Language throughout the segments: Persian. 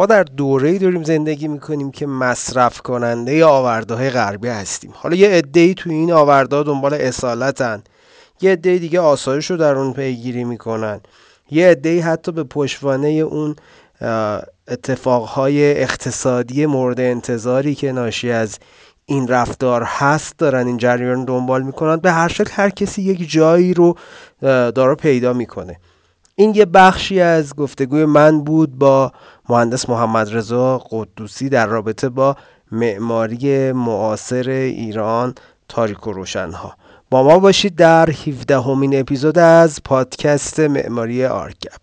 ما در دوره‌ای داریم زندگی میکنیم که مصرف کننده آورده‌های غربی هستیم. حالا یه عده‌ای توی این آورده‌ها دنبال اصالتن، یه عده دیگه آسایش رو در اون پیگیری میکنن، یه عده‌ای حتی به پشتوانه اون اتفاقهای اقتصادی مورد انتظاری که ناشی از این رفتار هست دارن این جریان دنبال میکنن. به هر شکل هر کسی یک جایی رو داره پیدا میکنه. این یه بخشی از گفتگوی من بود با مهندس محمد رضا قدوسی در رابطه با معماری معاصر ایران تاریک و روشنها. با ما باشید در 17مین اپیزود از پادکست معماری آرگپ.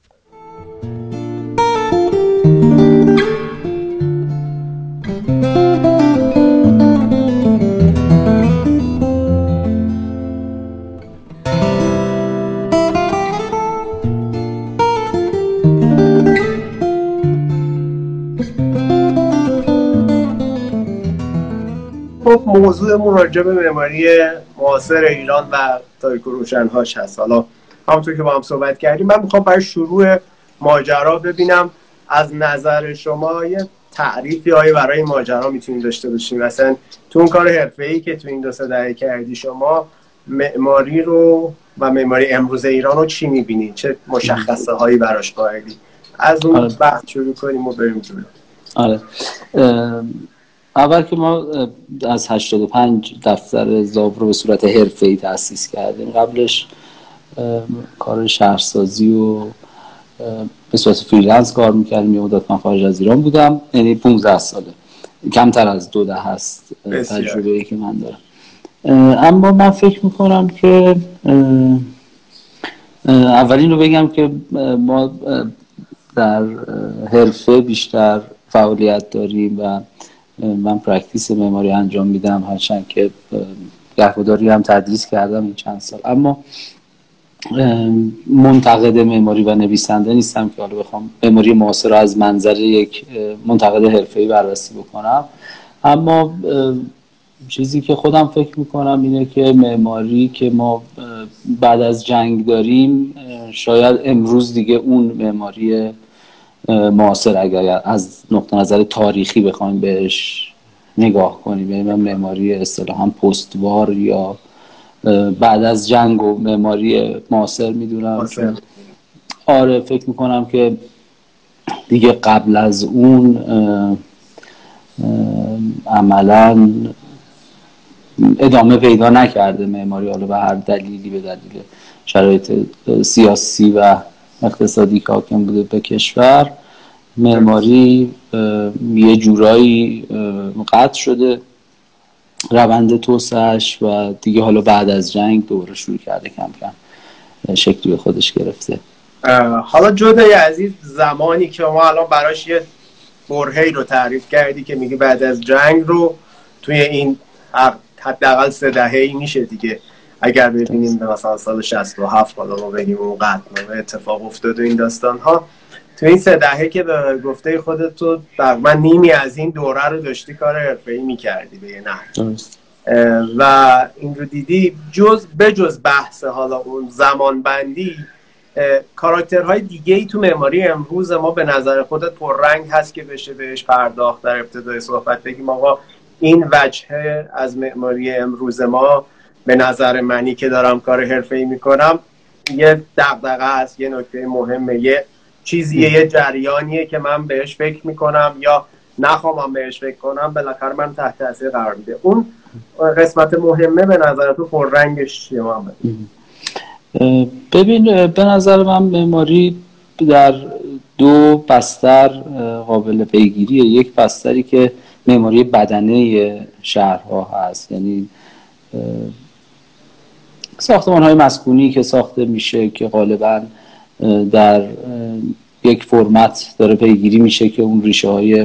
موضوعمون راجع به معماری معاصر ایران و تاریک و روشنهاش هست. حالا همونطور که با هم صحبت کردیم، من میخوام برای شروع ماجرا ببینم از نظر شما یه تعریفی برای ماجرا میتونیم داشته باشیم. مثلا تو اون کار حرفه‌ای که تو این 2-3 دهه کردی شما، معماری رو و معماری امروز ایران رو چی میبینید؟ چه مشخصه هایی براش قائلی؟ از اون بحث شروع کنیم و بریم جلو. آره، اول که ما از 85 دفتر زاو رو به صورت حرفه‌ای تأسیس کردیم. قبلش کار شهرسازی و به صورت فریلنس کار میکردیم. یه مدت من خارج از ایران بودم، یعنی 15 ساله، کمتر از 2 دهه هست تجربه‌ای که من دارم. اما من فکر میکنم که اولین رو بگم که ما در حرفه بیشتر فعالیت داریم و من پرکتیس معماری انجام میدم، هرچند که گهگداری هم تدریس کردم این چند سال. اما منتقد معماری و نویسنده نیستم که حالا بخوام معماری معاصر رو از منظر یک منتقد حرفه‌ای بررسی بکنم. اما چیزی که خودم فکر میکنم اینه که معماری که ما بعد از جنگ داریم، شاید امروز دیگه اون معماری معاصر اگر از نقطه نظر تاریخی بخوایم بهش نگاه کنیم، یعنی من معماری اصطلاحاً پست‌وار یا بعد از جنگ و معماری معاصر میدونم. آره، فکر میکنم که دیگه قبل از اون عملاً ادامه پیدا نکرده معماری، حالا به هر دلیلی، به دلیل شرایط سیاسی و اقتصادی که حاکم بوده به کشور، معماری یه جورایی قطع شده روند توسعه‌اش و دیگه حالا بعد از جنگ دوباره شروع کرده کم کم شکلی به خودش گرفته. حالا جدای از این زمانی که ما الان براش یه برهه‌ای رو تعریف کردی که میگی بعد از جنگ رو توی این حداقل 3 دهه‌ای میشه دیگه، اگر ببینیم به مثلا سال 67 حالا ما بگیم اون قطعنامه اتفاق افتاد و این داستان ها، تو این 3 دهه که به گفته خودت تو تقریبا نیمی از این دوره رو داشتی کار حرفه‌ای میکردی به یه نحوی و این رو دیدی. بجز بحث حالا اون زمان بندی، کاراکترهای دیگه ای تو معماری امروز ما به نظر خودت پررنگ هست که بشه بهش پرداخت؟ در ابتدای صحبت بگیم آقا این وجهه از معماری امروز ما به نظر منی که دارم کار حرفه‌ای میکنم یه دغدغه است، یه نکته مهمه، یه چیزیه، یه جریانیه که من بهش فکر میکنم یا نخوام بهش فکر کنم، بالاخره من تحت تاثیر قرار میده. اون قسمت مهمه به نظر تو پررنگش چیه محمد؟ ببین، به نظر من معماری در 2 بستر قابل پیگیریه. یک بستری که معماری بدنه شهرها هست، یعنی ساختمان‌های مسکونی که ساخته میشه که غالباً در یک فرمت داره پیگیری میشه که اون ریشه‌های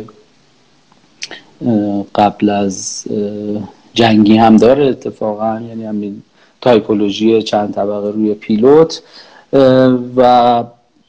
قبل از جنگی هم داره اتفاقاً، یعنی همین تایپولوژی چند طبقه روی پیلوت. و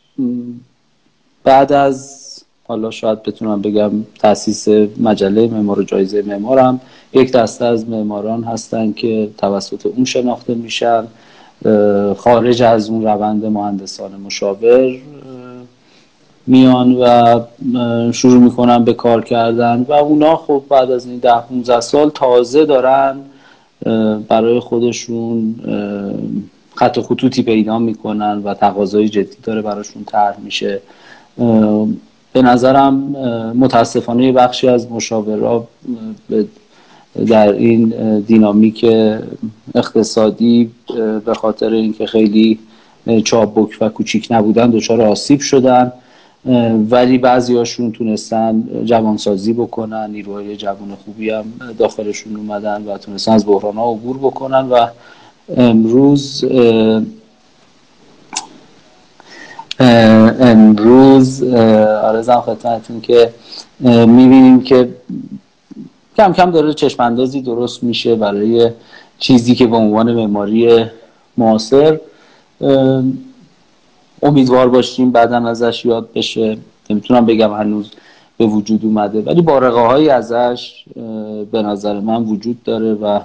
بعد از، حالا شاید بتونم بگم، تأسیس مجله معمار و جایزه معمارم، یک دسته از معماران هستن که توسط اون شناخته میشن. خارج از اون روند مهندسان مشاور میان و شروع میکنن به کار کردن و اونا خب بعد از این 10-15 سال تازه دارن برای خودشون خط و خطوطی پیدا میکنن و تقاضای جدی داره براشون طرح میشه. به نظرم متاسفانه بخشی از مشاورا در این دینامیک اقتصادی به خاطر اینکه خیلی چابک و کوچیک نبودن دچار آسیب شدن، ولی بعضی هاشون تونستن جوانسازی بکنن، نیروهای جوان خوبی هم داخلشون اومدن و تونستن از بحران ها عبور بکنن و امروز آرزم خدمتتون که میبینیم که کم کم داره چشماندازی درست میشه برای چیزی که به عنوان معماری معاصر امیدوار باشیم بعداً ازش یاد بشه. نمیتونم بگم هنوز به وجود اومده، ولی بارقه هایی ازش به نظر من وجود داره و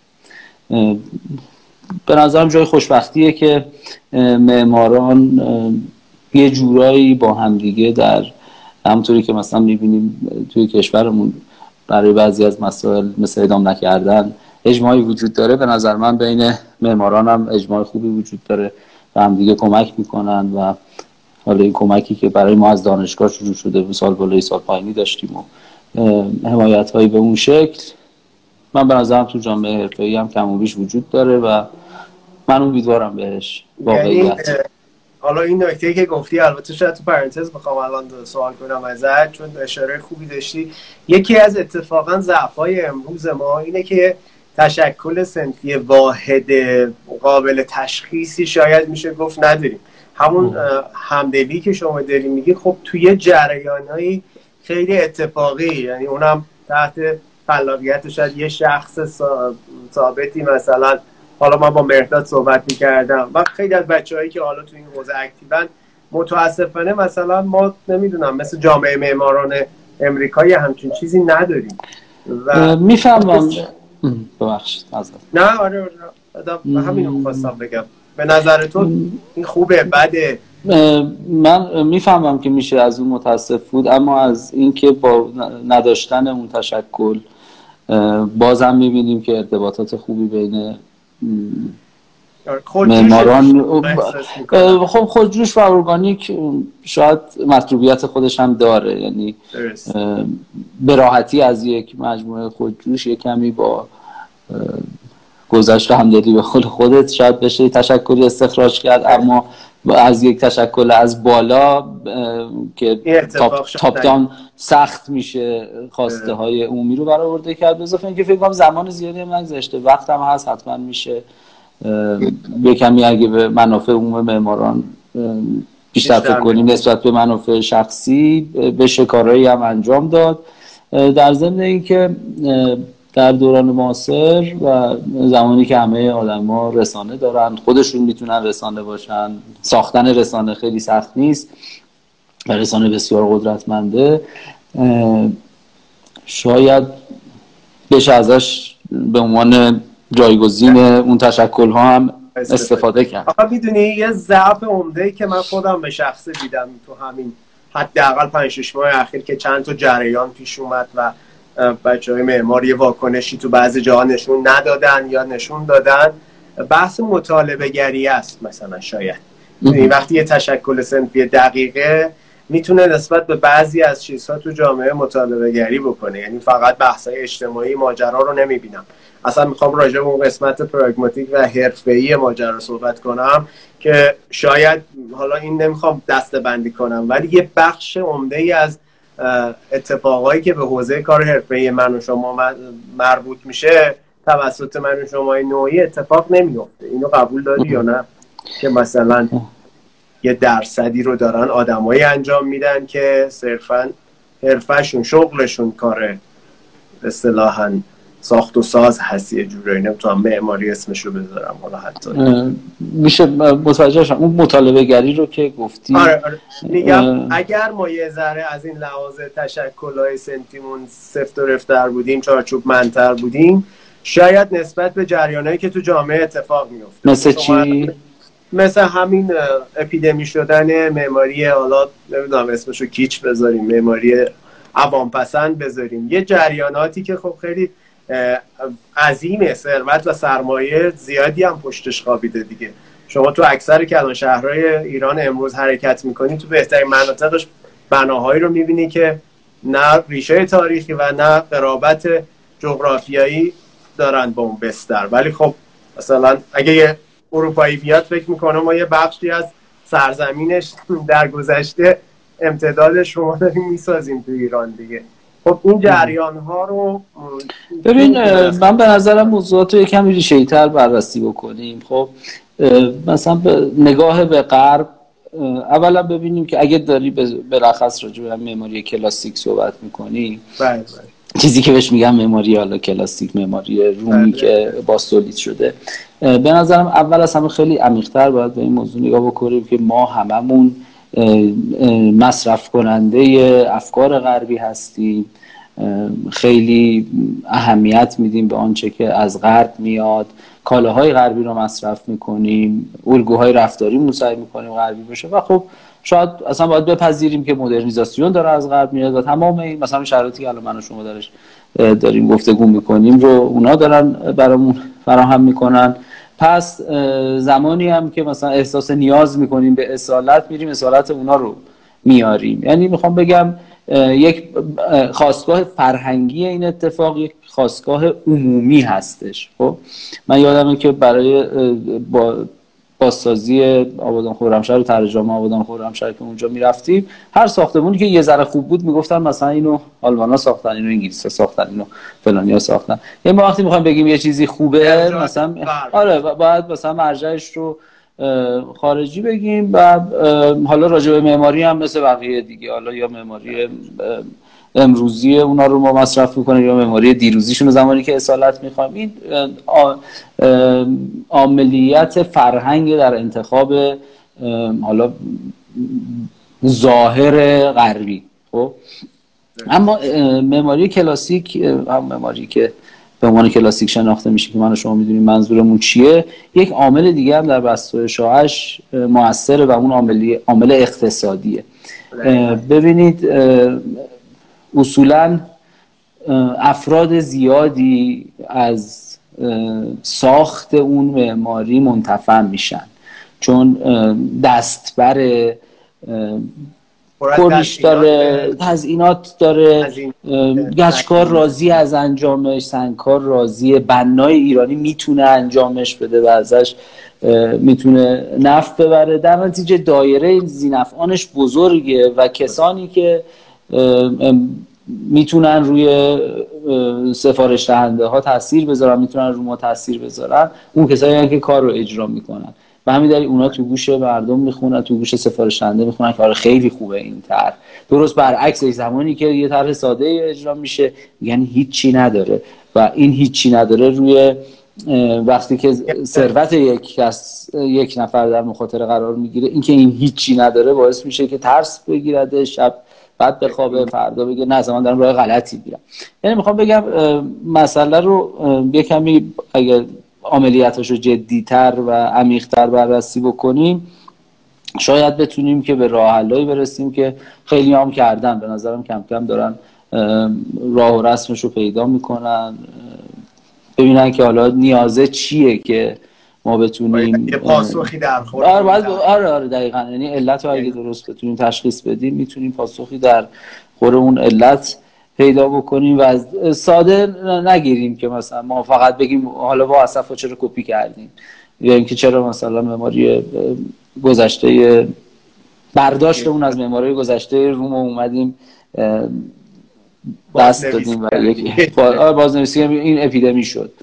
به نظرم جای خوشبختیه که معماران یه جورایی با همدیگه در همونطوری که مثلا میبینیم توی کشورمون برای بعضی از مسائل مثل اعدام نکردن اجماعی وجود داره، به نظر من بین معماران هم اجماع خوبی وجود داره و همدیگه کمک میکنن و حالا این کمکی که برای ما از دانشگاه شروع شده سال بالای سال پایینی داشتیم و حمایت هایی به اون شکل، من به نظرم تو جامعه حرفه‌ای هم کم و بیش وجود داره و من امیدوارم بهش واقعیت. حالا این نکته که گفتی البته شاید تو پرانتز بخوام الان سوال کنم ازت، چون اشاره خوبی داشتی. یکی از اتفاقا ضعف‌های امروز ما اینه که تشکل صنفی واحد قابل تشخیصی شاید میشه گفت نداریم. همون همدلی که شما داری میگی خب توی جریان‌های خیلی اتفاقی، یعنی اونم تحت خلاقیت شاید یه شخص ثابتی، مثلا حالا من با مهرداد صحبت میکردم و خیلی از بچه‌هایی که حالا تو این حوزه اکتیون، متاسفانه مثلا ما نمیدونم مثل جامعه معماران امریکایی همچین چیزی نداریم و میفهمم. ببخشید نه آره همینو می‌خواستم بگم. به نظر تو این خوبه بده؟ من میفهمم که میشه از اون متاسف بود، اما از اینکه با نداشتن اون تشکل بازم میبینیم که ارتباطات خوبی بین معماران خب خودجوش و ارگانیک شاید مطلوبیت خودش هم داره، یعنی به راحتی از یک مجموعه خودجوش یک کمی با گذشت همدلی به خودت شاید بشه تشکلی استخراج کرد، اما از یک تشکل از بالا که تاپ داون سخت میشه خواسته های عمومی رو برآورده کرد. به اضافه اینکه فکر کنم زمان زیادی هم نگذشته، وقت هم هست، حتما میشه به کمی اگه به منافع عموم معماران بیشتر فکر کنیم نسبت به منافع شخصی بشه کارهایی هم انجام داد. در ضمن اینکه در دوران معاصر و زمانی که همه آدم‌ها رسانه دارن، خودشون میتونن رسانه باشن، ساختن رسانه خیلی سخت نیست و رسانه بسیار قدرتمنده، شاید بشه ازش به عنوان جایگزین اون تشکل‌ها هم استفاده کرد. آقا میدونی یه ضعف عمده‌ای که من خودم به شخصه دیدم تو همین حداقل 5-6 ماه اخیر که چند تا جریان پیش اومد و بچه‌های معمار یه واکنشی تو بعضی جاها نشون ندادن یا نشون دادن، بحث مطالبه گری است. مثلا شاید وقتی یه تشکل صنفی دقیقه میتونه نسبت به بعضی از چیزها تو جامعه مطالبه گری بکنه، یعنی فقط بحث‌های اجتماعی ماجرا رو نمیبینم. اصلا میخوام راجع به اون قسمت پراگماتیک و حرفه‌ای ماجرا صحبت کنم که شاید حالا این نمیخوام دسته‌بندی کنم، ولی یه بخش عمده‌ای از اتفاقایی که به حوزه کار حرفه‌ای من و شما مربوط میشه توسط من و شما نوعی اتفاق نمیفته. اینو قبول داری یا نه؟ که مثلا یه درصدی رو دارن آدمایی انجام میدن که صرفاً حرفشون شغلشون کاره اصطلاحاً ساخت و ساز هست، یه جوری نمیتونم معماری اسمش رو بذارم، حالا حتی میشه متوجه شم اون مطالبه گری رو که گفتی. آره. میگم اگر ما یه ذره از این لحاظ تشکل‌های سنتیمون سفت و رفتر بودیم، چارچوب منتر بودیم، شاید نسبت به جریانایی که تو جامعه اتفاق میفته. مثل چی؟ مثل همین اپیدمی شدن معماری، حالا نمیدونم اسمشو کیچ بذاریم، معماری عوامپسند بذاریم، یه جریاناتی که خب خیلی عظیمه، ثروت و سرمایه زیادی هم پشتش خوابیده دیگه. شما تو اکثر کلان شهرهای ایران امروز حرکت میکنی، تو بهترین مناطقش بناهایی رو میبینی که نه ریشه تاریخی و نه قرابت جغرافیایی دارن با اون بستر. ولی خب مثلا اگه یه اروپایی بیاد فکر میکنه ما یه بخشی از سرزمینش در گذشته امتدادش رو ما داریم میسازیم تو ایران دیگه. خب این جریان ها رو ببین، من به نظرم موضوعات رو یکم ریشه‌ای تر بررسی بکنیم. خب مثلا نگاه به غرب، اولا ببینیم که اگه داری بلخص راجع به معماری کلاسیک صحبت میکنی، چیزی که بهش میگم معماری حالا کلاسیک، معماری رومی که باستولید شده، به نظرم اول از همه خیلی عمیق‌تر باید به این موضوع نگاه بکنیم که ما هممون مصرف کننده افکار غربی هستیم، خیلی اهمیت میدیم به آنچه که از غرب میاد، کالاهای غربی رو مصرف میکنیم، الگوهای رفتاری سعی میکنیم غربی بشه و خب شاید اصلا باید بپذیریم که مدرنیزاسیون داره از غرب میاد و تمام این مثلا شرایطی که الان من و شما داریم گفتگو میکنیم رو اونا دارن برامون فراهم میکنن. پس زمانی هم که مثلا احساس نیاز میکنیم به اصالت، میریم اصالت اونا رو میاریم. یعنی میخوام بگم یک خاستگاه فرهنگی این اتفاق یک خاستگاه عمومی هستش. خب من یادمه که برای بازسازی آبادان خرمشهر و ترجمه آبادان خرمشهر که اونجا میرفتیم، هر ساختمونی که یه ذره خوب بود میگفتن مثلا اینو آلمانا ساختن، اینو انگلیسا ساختن، اینو فلانیا ساختن. یعنی ما وقتی میخوایم بگیم یه چیزی خوبه مثلا آره باید مثلا مرجعش رو خارجی بگیم و حالا راجع به معماری هم مثل بقیه دیگه، حالا یا معماری امروزی اونا رو ما مصرف میکنیم یا معماری دیروزیشون رو زمانی که اصالت میخوایم. این عاملیت فرهنگ در انتخاب حالا ظاهر غربی. خب اما معماری کلاسیک، هم معماری که به عنوان کلاسیک شناخته میشه که من و شما میدونیم منظورمون چیه، یک عامل دیگه هم در بسته شعاعش موثره و اون عامل اقتصادیه. ببینید اصولا افراد زیادی از ساخت اون معماری منتفع میشن چون دستبر پولیش داره، تزیینات داره، گچکار راضی از انجامش، سنگکار راضیه، بنای ایرانی میتونه انجامش بده و ازش میتونه نفع ببره. در نتیجه دایره ذینفعانش بزرگه و کسانی که میتونن روی سفارش دهنده ها تاثیر بذارن، میتونن رو ما تاثیر بذارن، اون کسایی هستن که کار رو اجرا میکنن. و همین دلیل اونا تو گوش مردم میخونن، تو گوش سفارش دهنده میخونن که آره خیلی خوبه این طرح. درست برعکس زمانی که یه طرح ساده اجرا میشه یعنی هیچی نداره و این هیچی نداره روی وقتی که ثروت یک نفر در مخاطره قرار میگیره، اینکه این هیچی نداره باعث میشه که ترس بگیرده، شب بعد بخوابه، فردا بگه نه من دارم راه غلطی میرم. یعنی میخوام بگم مسئله رو یه کمی اگر عملیاتش رو جدی‌تر و عمیق‌تر بررسی بکنیم شاید بتونیم که به راه حلایی برسیم که خیلی هم کردن، به نظرم کم کم دارن راه و رسمش رو پیدا میکنن، ببینن که حالا نیازه چیه که ما بتونیم یه پاسخی در خور. آره دقیقاً. یعنی علت رو اگه درست بتونیم تشخیص بدیم میتونیم پاسخی در خور اون علت پیدا بکنیم و ساده نگیریم که مثلا ما فقط بگیم حالا با اسفا چرا کپی کردیم یا اینکه چرا مثلا معماری گذشته برداشتمون از معماری گذشته روم اومدیم دست دادیم و یک بازنویسی این اپیدمی شد.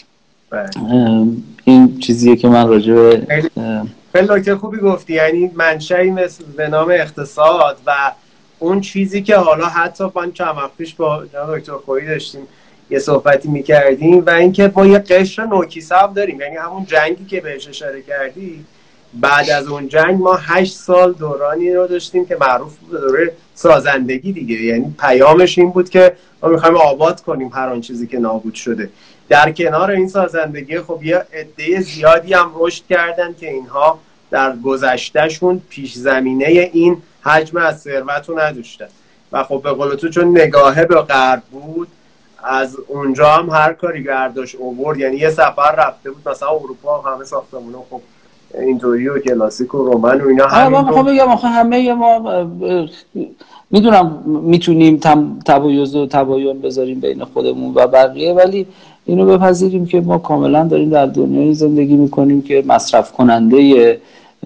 این چیزیه که من راجع به خیلی نکته خوبی گفتی. یعنی منشأی مثل به نام اقتصاد و اون چیزی که حالا حتی من چند وقت پیش با جناب دکتر خویی داشتیم یه صحبتی میکردیم و اینکه ما یه قشر نوکیسه داریم. یعنی همون جنگی که بهش اشاره کردی، بعد از اون جنگ ما 8 سال دورانی رو داشتیم که معروف به دوره سازندگی دیگه. یعنی پیامش این بود که ما میخوایم آباد کنیم هر آن چیزی که نابود شده. در کنار این سازندگی خب یه عده زیادی هم رشد کردن که اینها در گذشتهشون پیش زمینه این حجم از ثروت رو نداشتن و خب به قول تو چون نگاهه به غرب بود از اونجا هم هر کاری برداشت اوورد. یعنی یه سفر رفته بود مثلا اروپا همه ساختمونا خب اینطوری و کلاسیک و رومن و اینا همین بگم آخه همه ما میدونم میتونیم تبایز و تباین بذاریم بین خودمون و بقیه، ولی اینو بپذیریم که ما کاملا داریم در دنیای زندگی میکنیم که مصرف کننده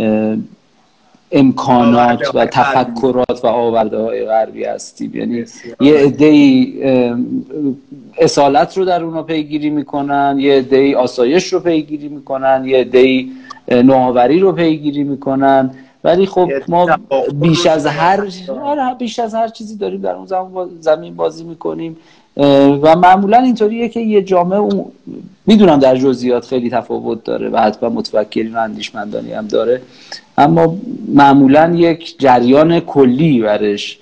امکانات و تفکرات و آورده‌های غربی هستیم. یعنی یه عده‌ای اصالت رو در اونها پیگیری میکنن، یه عده‌ای آسایش رو پیگیری میکنن، یه عده‌ای نوآوری رو پیگیری میکنن، ولی خب ما بیش از هر چیزی داریم در اون زمین بازی میکنیم و معمولا اینطوریه که یه جامعه میدونم در جزئیات خیلی تفاوت داره و حتما متفکرین و اندیشمندانی هم داره، اما معمولا یک جریان کلی برش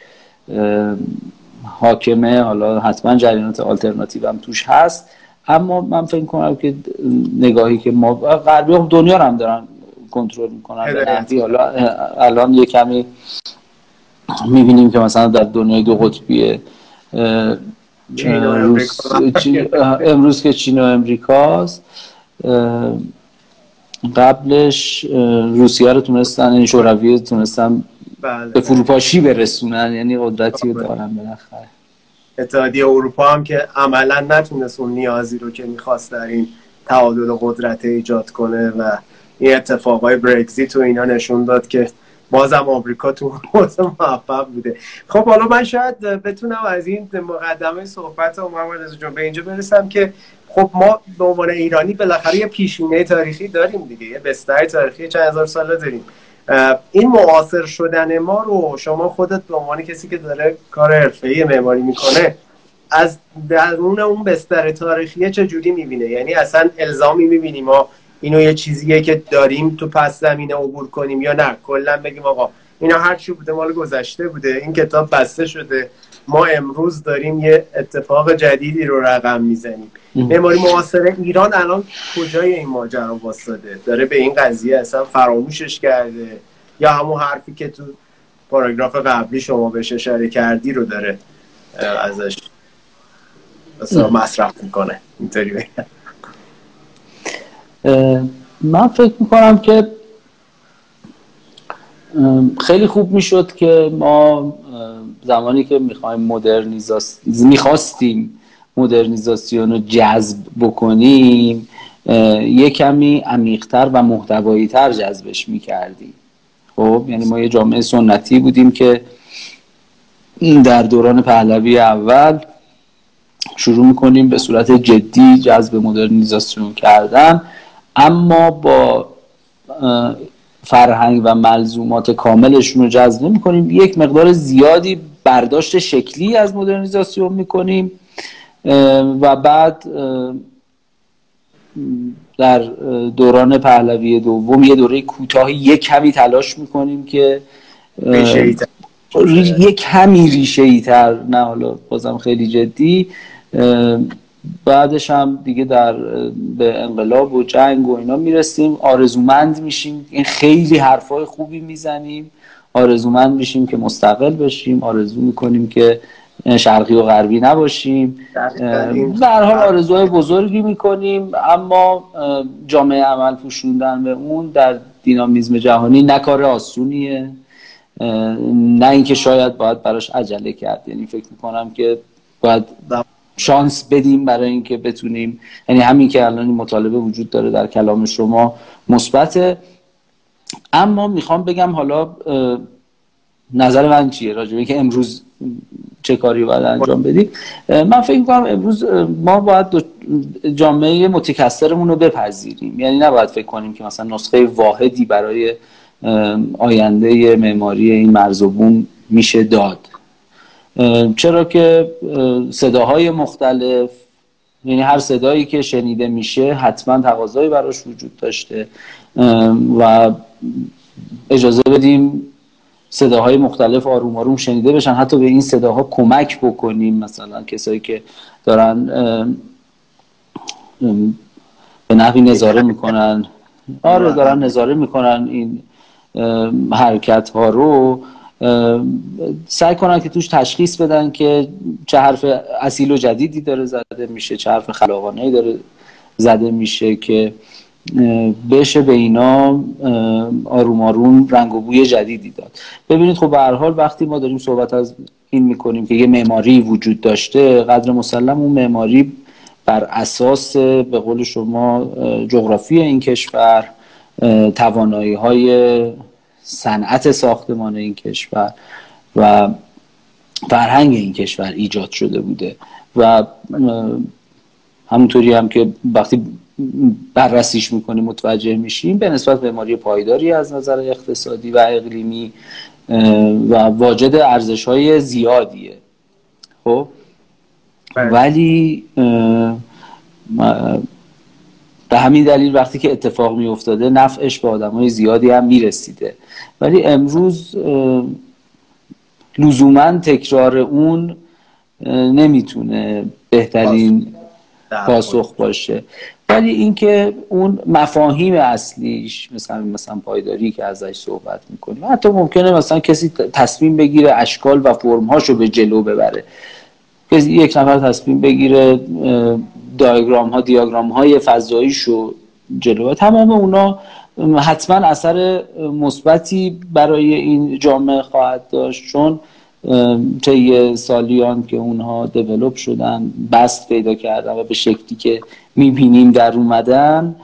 حاکمه. حالا حتما جریانات آلترناتیو هم توش هست، اما من فکر کنم که نگاهی که ما غربی هم دنیا رو هم دارن کنترل میکنن به نحوی. حالا الان یه کمی میبینیم که مثلا در دنیای دو قطبیه امروز که چین و امریکاست، قبلش روسیه رو تونستن، یعنی شوروی تونستن به فروپاشی برسونن، یعنی قدرتی رو دارن بالاخره. اتحادیه اروپا هم که عملا نتونست اون نیازی رو که میخواست در این تعادل قدرت ایجاد کنه و این اتفاقای برگزیت و اینا نشون داد که بازم آمریکا تو موضوع موفق بوده. خب حالا من شاید بتونم از این مقدمه صحبت محمد رضا جان به اینجا برسم که خب ما به عنوان ایرانی بالاخره یه پیشینه تاریخی داریم دیگه، یه بستر تاریخی چند هزار ساله داریم. این معاصر شدن ما رو شما خودت به عنوان کسی که داره کار حرفه‌ای معماری میکنه از درون اون بستر تاریخی چجوری میبینه؟ یعنی اصلا الزامی میبینی ما اینو یه چیزیه که داریم تو پس زمینه عبور کنیم یا نه کلا بگیم آقا اینا هر چی بوده مال گذشته بوده، این کتاب بسته شده، ما امروز داریم یه اتفاق جدیدی رو رقم میزنیم؟ معماری معاصر ایران الان کجای این ماجرا واسطه؟ داره به این قضیه اصلا فراموشش کرده یا همون حرفی که تو پاراگراف قبلی شما بهش اشاره کردی رو داره ازش اصلا مصرف میکنه؟ اینطوری بگم. من فکر میکنم که خیلی خوب میشد که ما زمانی که میخواستیم مدرنیزاسیون رو جذب بکنیم یه کمی عمیق‌تر و محتوایی‌تر جذبش میکردیم. خب یعنی ما یه جامعه سنتی بودیم که در دوران پهلوی اول شروع میکنیم به صورت جدی جذب مدرنیزاسیون کردن، اما با فرهنگ و ملزومات کاملشون رو جذب نمی‌کنیم. یک مقدار زیادی برداشت شکلی از مدرنیزاسیون میکنیم و بعد در دوران پهلوی دوم یه دوره کوتاهی یک کمی تلاش میکنیم که یک کمی ریشه‌ای تر، نه حالا بازم خیلی جدی، بعدش هم دیگه به انقلاب و جنگ و اینا میرسیم، آرزومند میشیم، این خیلی حرفای خوبی میزنیم، آرزومند میشیم که مستقل بشیم، آرزو میکنیم که شرقی و غربی نباشیم، به هر حال آرزوهای بزرگی میکنیم، اما جامعه عمل پوشوندن به اون در دینامیزم جهانی نه کار آسونیه، نه اینکه شاید باید براش عجله کرد. یعنی فکر میکنم که باید شانس بدیم برای اینکه بتونیم، یعنی همین که الان این مطالبه وجود داره در کلام شما مثبته. اما میخوام بگم حالا نظر من چیه راجع به که امروز چه کاری باید انجام بدیم. من فکر میکنم امروز ما باید جامعه متکثرمون رو بپذیریم، یعنی نباید فکر کنیم که مثلا نسخه واحدی برای آینده معماری این مرز و بوم میشه داد، چرا که صداهای مختلف، یعنی هر صدایی که شنیده میشه حتما تقاضایی براش وجود داشته و اجازه بدیم صداهای مختلف آروم آروم شنیده بشن، حتی به این صداها کمک بکنیم. مثلا کسایی که دارن به نحوی نظاره میکنن، دارن نظاره میکنن این حرکت ها رو سعی کنن که توش تشخیص بدن که چه حرف اصیل و جدیدی داره زده میشه، چه حرف خلاقانه‌ای داره زده میشه که بشه به اینا آروم آروم رنگ و بوی جدیدی داد. ببینید خب به هر حال وقتی ما داریم صحبت از این میکنیم که یه معماری وجود داشته، قدر مسلم اون معماری بر اساس به قول شما جغرافی این کشور، توانایی‌های صنعت ساختمان این کشور و فرهنگ این کشور ایجاد شده بوده و همونطوری هم که وقتی بررسیش میکنیم متوجه میشیم به نسبت معماری پایداری از نظر اقتصادی و اقلیمی و واجد ارزش‌های زیادیه. خب ولی به همین دلیل وقتی که اتفاق می افتاده نفعش به آدمای زیادی هم میرسیده، ولی امروز لزوما تکرار اون نمیتونه بهترین پاسخ باشه. ولی اینکه اون مفاهیم اصلیش مثلا پایداری که ازش صحبت میکنیم، حتی ممکنه مثلا کسی تصمیم بگیره اشکال و فرم‌هاشو به جلو ببره، کسی یک نفر تصمیم بگیره دیاگرام های فضاییشو جلو، تمام اونا حتما اثر مثبتی برای این جامعه خواهد داشت، چون طی سالیان که اونها دیولپ شدن، بست پیدا کردن و به شکلی که میبینیم در اومدن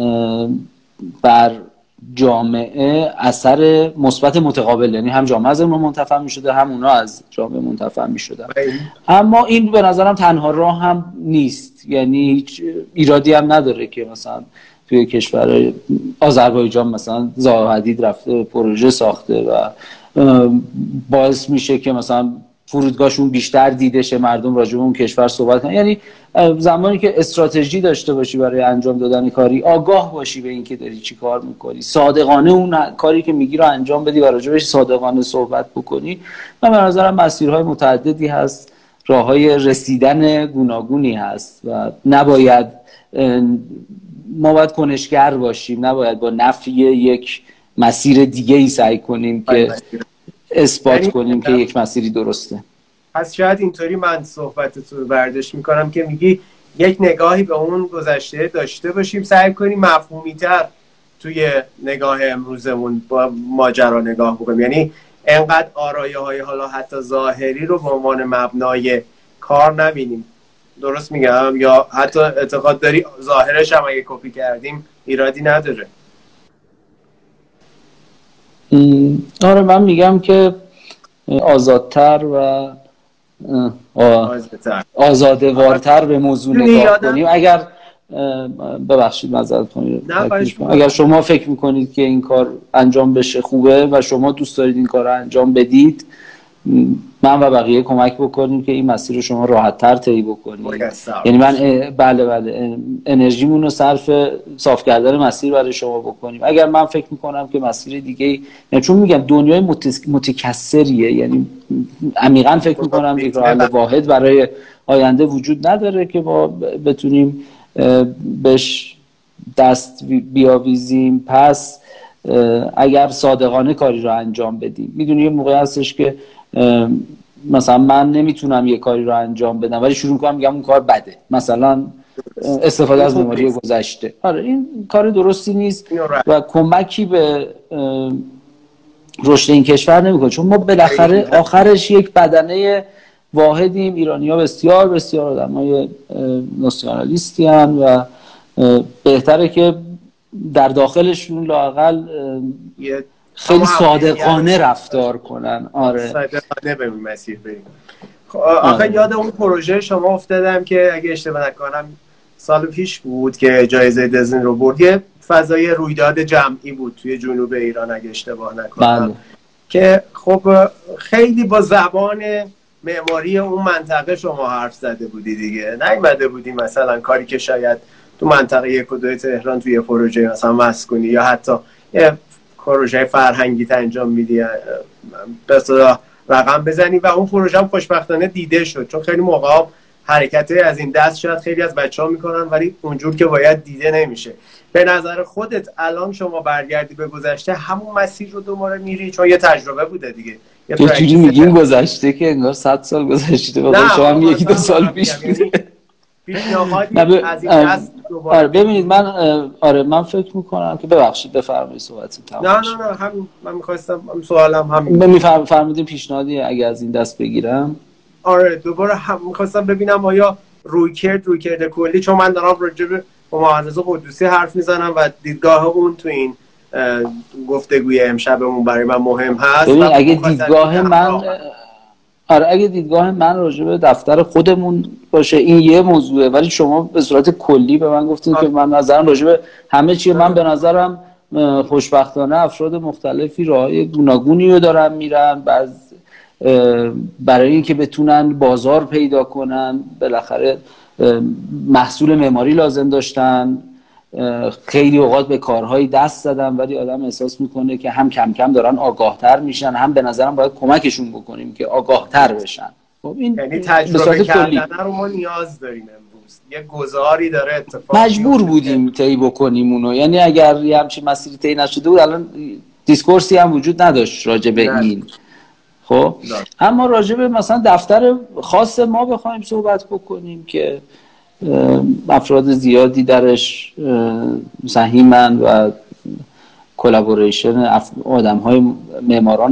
بر جامعه اثر مثبت متقابل، یعنی هم جامعه از اونها منتفع میشده هم اونا از جامعه منتفع میشدن. اما این به نظرم تنها راه هم نیست، یعنی هیچ ایرادی هم نداره که مثلا توی کشور آذربایجان مثلا زاهدید رفته پروژه ساخته و باعث میشه که مثلا فرودگاهشون بیشتر دیده شه، مردم راجع به اون کشور صحبت کنن. یعنی زمانی که استراتژی داشته باشی برای انجام دادن کاری، آگاه باشی به اینکه داری چی کار میکنی، صادقانه اون کاری که میگی رو انجام بدی و راجع بهش صادقانه صحبت بکنی، من به نظرم مسیرهای متعددی هست، راههای رسیدن گوناگونی هست و نباید ما باید کنشگر باشیم، نباید با نفی یک مسیر دیگه ای سعی کنیم که اثبات کنیم که یک مسیری درسته. پس شاید اینطوری من صحبتتو رو برداشت میکنم که میگی یک نگاهی به اون گذشته داشته باشیم، سعی کنیم مفهومی‌تر توی نگاه امروزمون با ماجرا نگاه بکنیم، یعنی انقدر آرایه‌های حالا حتی ظاهری رو به عنوان مبنای کار نبینیم. درست میگم؟ یا حتی اعتقاد داری ظاهرش هم اگه کپی کردیم ایرادی نداره؟ آره من میگم که آزادتر و آزادوارتر به موضوع نگاه کنیم. اگر ببخشید معذرت کنید، اگر شما فکر میکنید که این کار انجام بشه خوبه و شما دوست دارید این کار رو انجام بدید، من و بقیه کمک بکنیم که این مسیر رو شما راحت‌تر طی بکنید. یعنی من بله انرژیمون رو صرف صاف کردن مسیر برای شما بکنیم. اگر من فکر میکنم که مسیر دیگه، چون میگم دنیای متکثریه، یعنی عمیقاً فکر میکنم یک راه حل واحد برای آینده وجود نداره که ما بتونیم بهش دست بیاویزیم. پس اگر صادقانه کاری رو انجام بدیم، میدونی یه موقع هستش که مثلا من نمیتونم یه کاری رو انجام بدم ولی شروع کنم میگم اون کار بده، مثلا استفاده از معماری گذشته. آره این کار درستی نیست و کمکی به رشد این کشور نمیکنه، چون ما بالاخره آخرش یک بدنه واحدیم. ایرانی‌ها بسیار بسیار آدمای ناسیونالیستی هستند و بهتره که در داخلشون لااقل خیلی صادقانه رفتار کنن. آره صادقانه به این مسیر بریم. آخه یاد اون پروژه شما افتادم که اگه اشتباه نکنم سال پیش بود که جایزه دزنی رو برد، یه فضای رویداد جمعی بود توی جنوب ایران اگه اشتباه نکنم، که خب خیلی با زبان معماری اون منطقه شما حرف زده بودی دیگه، نیومده بودی مثلا کاری که شاید تو منطقه 1 و 2 تهران توی پروژه مثلا مسکونی یا حتی یه پروژه فرهنگی انجام میدی به اصطلاح رقم بزنی و اون پروژه هم خوشبختانه دیده شد، چون خیلی موقع حرکت از این دست شاید خیلی از بچه‌ها میکنن ولی اونجور که باید دیده نمیشه. به نظر خودت الان شما برگردی به گذشته همون مسیر رو دوباره میری؟ چون یه تجربه بوده دیگه. یه جوری میگیم گذشته که انگار 100 سال گذشته، واقعا شما هم یکی دو سال پیش بوده. پیشنهادی از این دست دوباره. آره ببینید من فکر میکنم که ببخشید بفرمایید صحبتتون تمام. نه همین من می‌خواستم سوالم همین. میفرمایید پیشنهادی اگه از این دست بگیرم. آره دوباره می‌خواستم ببینم آیا رویکرد کلی، چون من دارم راجع به محمد قدوسی حرف میزنم و دیدگاه اون تو این گفتگوی امشبمون برای من مهم هست. ببین اگه دیدگاه من راجع به دفتر خودمون باشه این یه موضوعه، ولی شما به صورت کلی به من گفتین که من نظرم راجع به همه چیه. من به نظرم خوشبختانه افراد مختلفی راههای گوناگونی رو دارن میرن، برای اینکه بتونن بازار پیدا کنن. بالاخره محصول معماری لازم داشتن، خیلی اوقات به کارهایی دست زدن، ولی آدم احساس میکنه که هم کم کم دارن آگاهتر میشن، هم به نظرم باید کمکشون بکنیم که آگاهتر بشن. خب این یعنی تجربه کردن رو ما نیاز داریم امروز، یه گذاری داره اتفاق مجبور بودیم طی بکنیم اونو. یعنی اگر یه همچین مسیری طی نشده بود الان دیسکورسی هم وجود نداشت راجع به این. خب اما راجع به مثلا دفتر خاص ما بخوایم صحبت بکنیم که افراد زیادی درش سهیمن و کلابوریشن آدم‌های معماران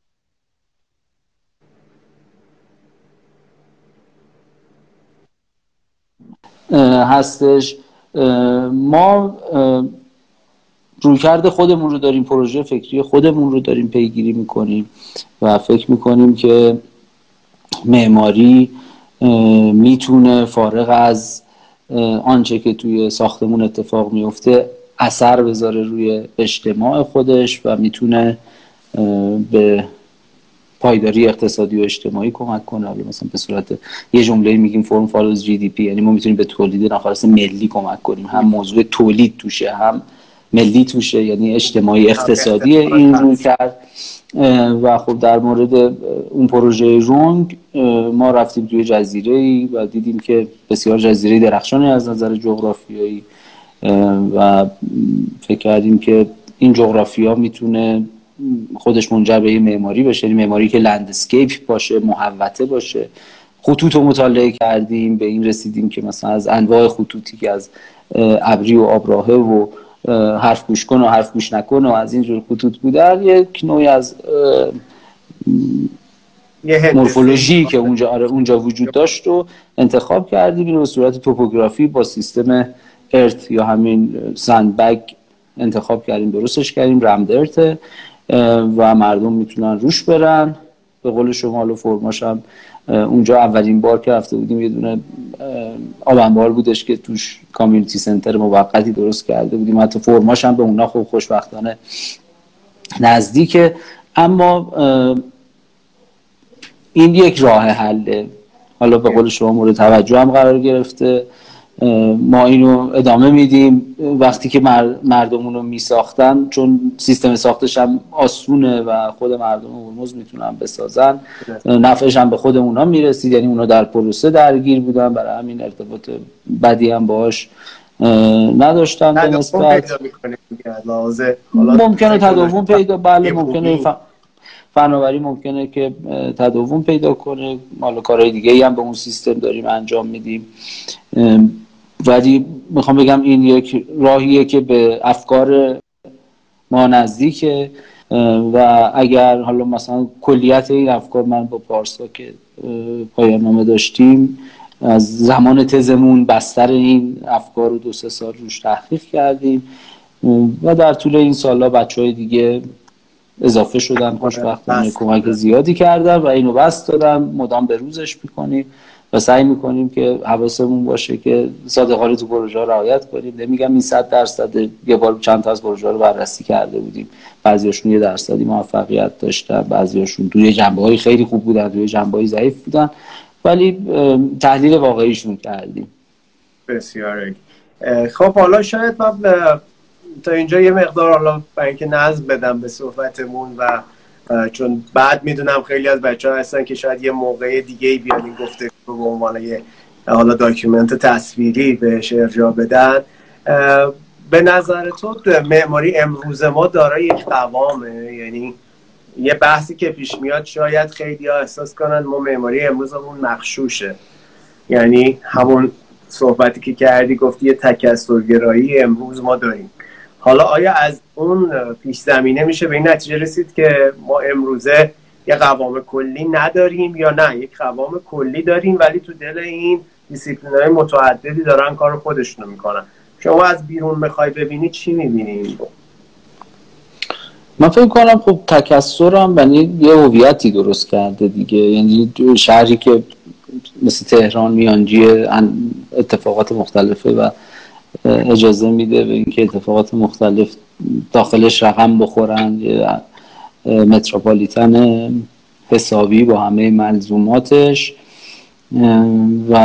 هستش. ما رویکرد خودمون رو داریم، پروژه فکری خودمون رو داریم پیگیری میکنیم و فکر میکنیم که معماری میتونه فارغ از آنچه که توی ساختمون اتفاق میفته اثر بذاره روی اجتماع خودش و میتونه به پایداری اقتصادی و اجتماعی کمک کنه. حالا مثلا به صورت یه جمله میگیم فرم فالوز جی دی پی، یعنی ما میتونیم به تولید ناخالص ملی کمک کنیم، هم موضوع تولید توشه هم ملی توشه، یعنی اجتماعی اقتصادی این رو کرد. و خب در مورد اون پروژه رونگ ما رفتیم توی جزیره‌ای و دیدیم که بسیار جزیره درخشانی از نظر جغرافیایی و فکر کردیم که این جغرافیا میتونه خودش منجر به معماری بشه، یعنی معماری که لندسکیپ باشه، محوطه باشه. خطوط رو مطالعه کردیم، به این رسیدیم که مثلا از انواع خطوطی که از ابری و آبراهه و حرف گوش کن و حرف گوش نکن و از اینجور خطوط بودن، یک نوعی از مورفولوژی که اونجا وجود داشت رو انتخاب کردیم. اینو به صورت توپوگرافی با سیستم ارت یا همین سندبگ انتخاب کردیم، درستش کردیم، رمد ارت و مردم میتونن روش برن. به قول شما حالا فرماش هم اونجا اولین بار که رفته بودیم یه دونه آبنبار بودش که توش کامیونیتی سنتر موقتی درست کرده بودیم، حتی فرماش هم به اونا خوب خوشبختانه نزدیکه. اما این یک راه حله، حالا به قول شما مورد توجه هم قرار گرفته. ما اینو ادامه میدیم. وقتی که مردمون رو میساختن، چون سیستم ساختش هم آسونه و خود مردم هرمز میتونن بسازن، نفعش هم به خود اونا میرسید، یعنی اونا در پروسه درگیر بودن، برای همین ارتباط بدی هم باهاش نداشتن. به نسبت ممکنه تداوم پیدا، بله ممکنه فناوری ممکنه که تداوم پیدا کنه، حالا کارهای دیگه ای هم به اون سیستم داریم انجام میدیم. ولی میخوام بگم این یک راهیه که به افکار ما نزدیکه و اگر حالا مثلا کلیت این افکار، من با پارسا که پایان نامه داشتیم از زمان تزمون بستر این افکار رو 2-3 سال روش تحقیق کردیم و در طول این سالها بچهای دیگه اضافه شدن، خوشبختانه کمک زیادی کردن و اینو بس دادن. مدام به روزش میکنیم و سعی میکنیم که حواسمون باشه که صادقانه تو پروژه ها رعایت کنیم. نمیگم این 100%، یه بار چند تا از پروژه رو بررسی کرده بودیم، بعضیاشون 1% موفقیت داشتن، بعضیاشون توی جنبه‌های خیلی خوب بودن، توی جنبه‌های ضعیف بودن، ولی تحلیل واقعیشون کردیم. بسیار خب. حالا شاید من تا اینجا یه مقدار حالا برای اینکه نظم بدم به صحبتمون و چون بعد میدونم خیلی از بچه‌ها هستن که شاید یه موقع دیگه بیان این گفتگو به عنوان یه حالا داکیومنت تصویری بهش ارجاع بدن. به نظر تو معماری امروز ما دارای یک قوامه؟ یعنی یه بحثی که پیش میاد شاید خیلی ها احساس کنن ما معماری امروزمون مغشوشه، یعنی همون صحبتی که کردی گفتی یه تکثرگرایی امروز ما داریم. حالا آیا از اون پیش زمینه میشه به این نتیجه رسید که ما امروزه یه قوام کلی نداریم، یا نه یک قوام کلی داریم ولی تو دل این دیسیپلین‌های متعددی دارن کار خودشونو میکنن؟ شما از بیرون میخوای ببینی چی میبینی؟ من فکر کنم خب تکثر هم یعنی یه هویتی درست کرده دیگه، یعنی شهری که مثل تهران میانجی اتفاقات مختلفه و اجازه میده به اینکه اتفاقات مختلف داخلش رقم بخورن، متروپولیتن حسابی با همه ملزوماتش و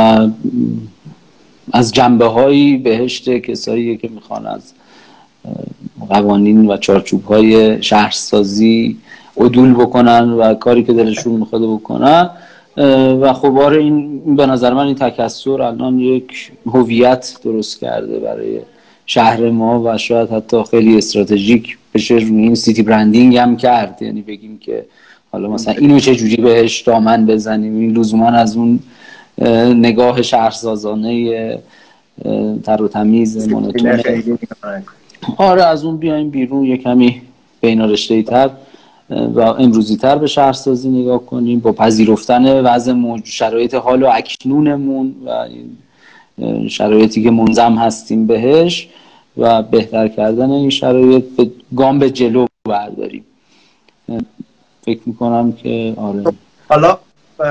از جنبه هایی بهشت کسایی که میخوان از قوانین و چارچوب های شهرسازی عدول بکنن و کاری که دلشون میخواد بکنن. و خب این به نظر من این تکثر الان یک هویت درست کرده برای شهر ما و شاید حتی خیلی استراتژیک بشه روی این سیتی برندینگ هم کرد، یعنی بگیم که حالا مثلا اینو چه جوری بهش دامن بزنیم، این لزوما از اون نگاه شهرسازانه تر و تمیز مونوتون آره از اون بیایم بیرون، یه کمی بینارشته‌ای تر و امروزی تر به شهرسازی نگاه کنیم با پذیرفتن وضع شرایط حال و اکنونمون و شرایطی که منظم هستیم بهش و بهتر کردن این شرایط به گام به جلو برداریم. فکر میکنم که آره. حالا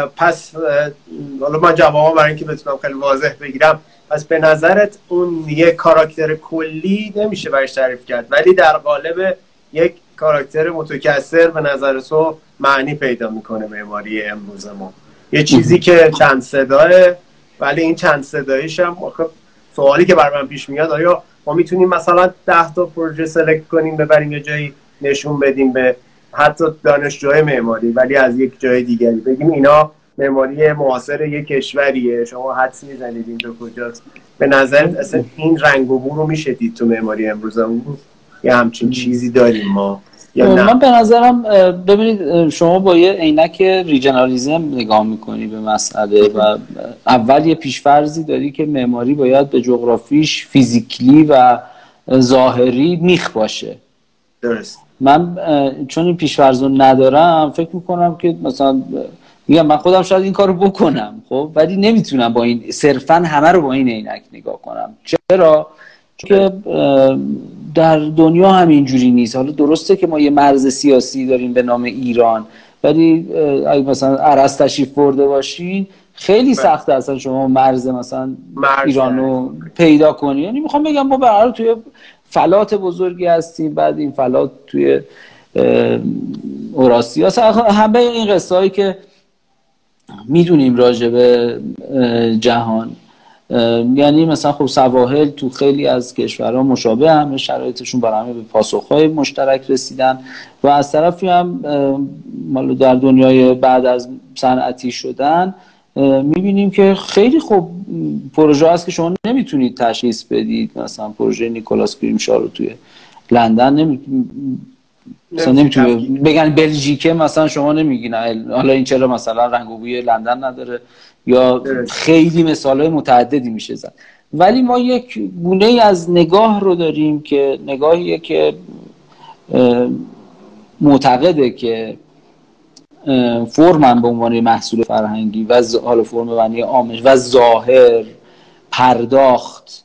من جوابا برای اینکه بتونم خیلی واضح بگیرم، پس به نظرت اون یه کاراکتر کلی نمیشه برش تعریف کرد ولی در قالب یک کاراکتر متکثر به نظر تو معنی پیدا میکنه معماری امروز ما؟ یه چیزی که چند صداه ولی این چند صداییش هم سوالی که برای من پیش میاد، آیا ما میتونیم مثلا 10 تا پروژه سلکت کنیم ببریم یه جایی نشون بدیم به حتی دانشجوهای معماری ولی از یک جای دیگری بگیم اینا معماری معاصر یک کشوریه، شما حدس میزنید اینجا کجاست؟ به نظرت اصلا این رنگ و بو رو میشه دید تو معماری امروزمون؟ یا همچین چیزی داریم ما یا نه؟ من به نظرم ببینید شما با یه عینک ریجنالیزم نگاه میکنی به مسئله و اول یه پیشفرضی داری که معماری باید به جغرافیش فیزیکلی و ظاهری میخ باشه. درست. من چون این پیشفرض رو ندارم فکر میکنم که مثلا میگم من خودم شاید این کارو بکنم خب ولی نمیتونم با این صرفا همه رو با این عینک نگاه کنم. چرا؟ چون در دنیا هم اینجوری نیست. حالا درسته که ما یه مرز سیاسی داریم به نام ایران ولی اگه مثلا عرض تشریف برده باشین خیلی سخته اصلا شما مرز مثلا ایرانو پیدا کنی. یعنی میخوام بگم ما به هر حال توی فلات بزرگی هستیم، بعد این فلات توی اوراسیا، همه این قصه هایی که میدونیم راجع به جهان، یعنی مثلا خب سواحل تو خیلی از کشورها مشابه همه شرایطشون برای همه به پاسخهای مشترک رسیدن و از طرفی هم مالو در دنیای بعد از صنعتی شدن میبینیم که خیلی خوب پروژه هست که شما نمیتونید تشخیص بدید. مثلا پروژه نیکولاس گریمشا رو توی لندن مثلا نمیتونه بگن بلژیکه مثلا شما نمیگین حالا این چرا مثلا رنگ و بوی لندن نداره، یا خیلی مثالهای متعددی میشه زد. ولی ما یک گونه ای از نگاه رو داریم که نگاهیه که معتقده که فرم به عنوان محصول فرهنگی و حالا فرم به معنی عامش و ظاهر پرداخت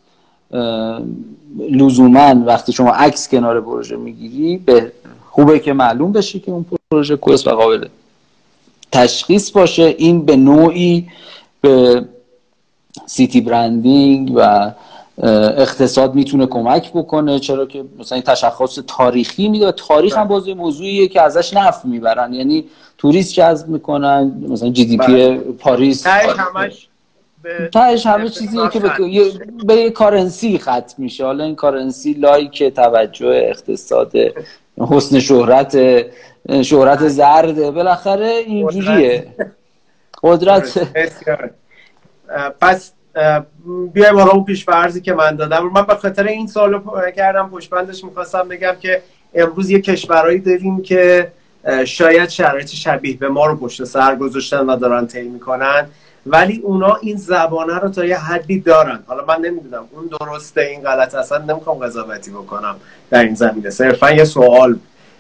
لزوما وقتی شما عکس کنار پروژه میگیری به خوبه که معلوم بشه که اون پروژه کجاست و قابل تشخیص باشه. این به نوعی به سیتی برندینگ و اقتصاد میتونه کمک بکنه، چرا که مثلا این تشخص تاریخی میده. تاریخ هم بازی موضوعیه که ازش نفع میبرن، یعنی توریست جذب میکنن. مثلا جی دی پی پاریس تایش همه چیزیه که به کارنسی ختم میشه. حالا این کارنسی لایک توجه اقتصاد حسن شهرت زرد بالاخره اینجوریه. قدرت پس بیای برای اون پیش‌فرضی که من دادم. من به خاطر این سوالو کردم، پشتبندش میخواستم بگم که امروز یه کشورهایی داریم که شاید شرایط شبیه به ما رو پشت سر گذاشتن و دارن طی میکنن، ولی اونا این زبانه رو تا یه حدی دارن. حالا من نمیدونم اون درسته این غلط، اصلا نمیخوام قضاوتی بکنم در این زمینه، صرفا یه سوال.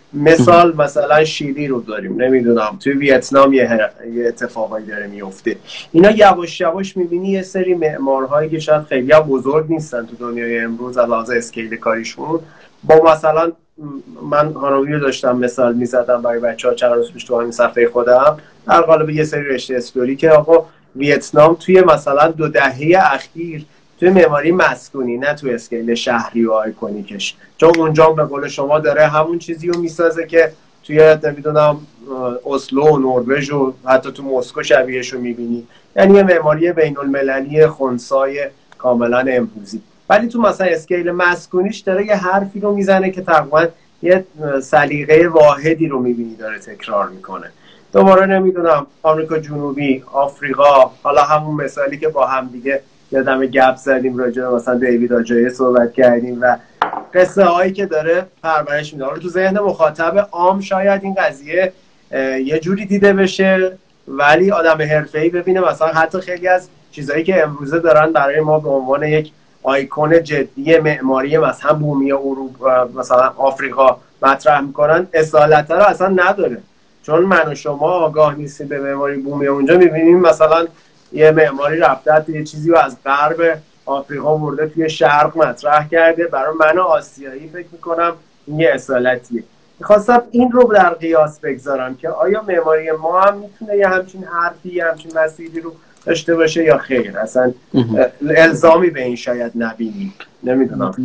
مثلا شیلی رو داریم، نمیدونم توی ویتنام یه اتفاقایی داره میفته. اینا یواش یواش میبینی یه سری معمارهایی که شاید خیلی بزرگ نیستن تو دنیای امروز از لحاظ اسکیل کاریشون، با مثلا من هانوی رو داشتم مثال میزدم برای بچه‌ها چند روز پیش تو همین صفحه خودم در قالب یه سری رشته استوری که آقا ویتنام توی مثلا 2 دهه اخیر توی معماری مسکونی، نه توی اسکیل شهری و آیکونیکش، چون اونجا به قول شما داره همون چیزی رو میسازه که توی نمیدونم اسلو و نروژ و حتی تو مسکو شبیهش رو میبینی، یعنی یه معماری بین المللی خنثای کاملا امروزی. ولی تو مثلا اسکیل مسکونیش داره یه حرفی رو میزنه که تقریبا یه سلیقه واحدی رو میبینی داره تکرار میکنه. دوباره نمیدونم آمریکا جنوبی، آفریقا، حالا همون مثالی که با هم دیگه یادم گپ زدیم راجع به مثلا دیوید آجایه صحبت کردیم و قصه هایی که داره پرورش میده. تو ذهن مخاطب عام شاید این قضیه یه جوری دیده بشه، ولی آدم حرفه‌ای ببینه مثلا حتی خیلی از چیزایی که امروزه دارن برای ما به عنوان یک آیکون جدی معماری مثلا بومی اروپا مثلا آفریقا مطرح میکنن، اصالت رو اصلا نداره. چون من و شما آگاه نیستیم به معماری بومی اونجا، میبینیم مثلا یه معماری رفته یه چیزی رو از غرب آفریقا برده توی شرق مطرح کرده. برای من آسیایی فکر میکنم این یه اصالتیه. میخواستم این رو در قیاس بگذارم که آیا معماری ما هم میتونه یه همچین حرفی، یه همچین مسیری رو داشته باشه یا خیر، اصلا الزامی به این شاید نبینیم. نمیدونم.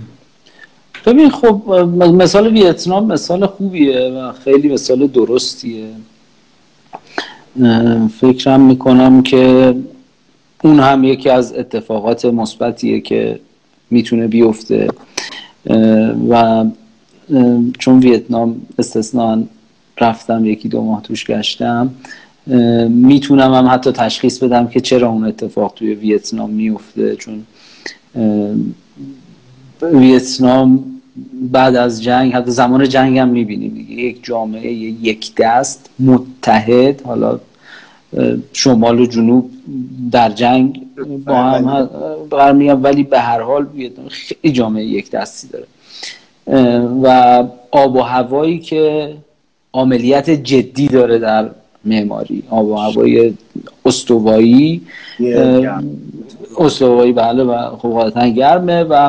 ببین خب مثال ویتنام مثال خوبیه و خیلی مثال درستیه. فکرم میکنم که اون هم یکی از اتفاقات مثبتیه که میتونه بیفته و چون ویتنام استثناً رفتم 1-2 ماه توش گشتم، میتونم هم حتی تشخیص بدم که چرا اون اتفاق توی ویتنام میفته. چون ویتنام بعد از جنگ، حتی زمان جنگ هم میبینیم دیگه، یک جامعه یک دست متحد، حالا شمال و جنوب در جنگ با هم برمیان، ولی به هر حال ویتنام خیلی جامعه یک دستی داره و آب و هوایی که عاملیت جدی داره در معماری، آب و هوای استوایی بله و خب غالبا گرمه و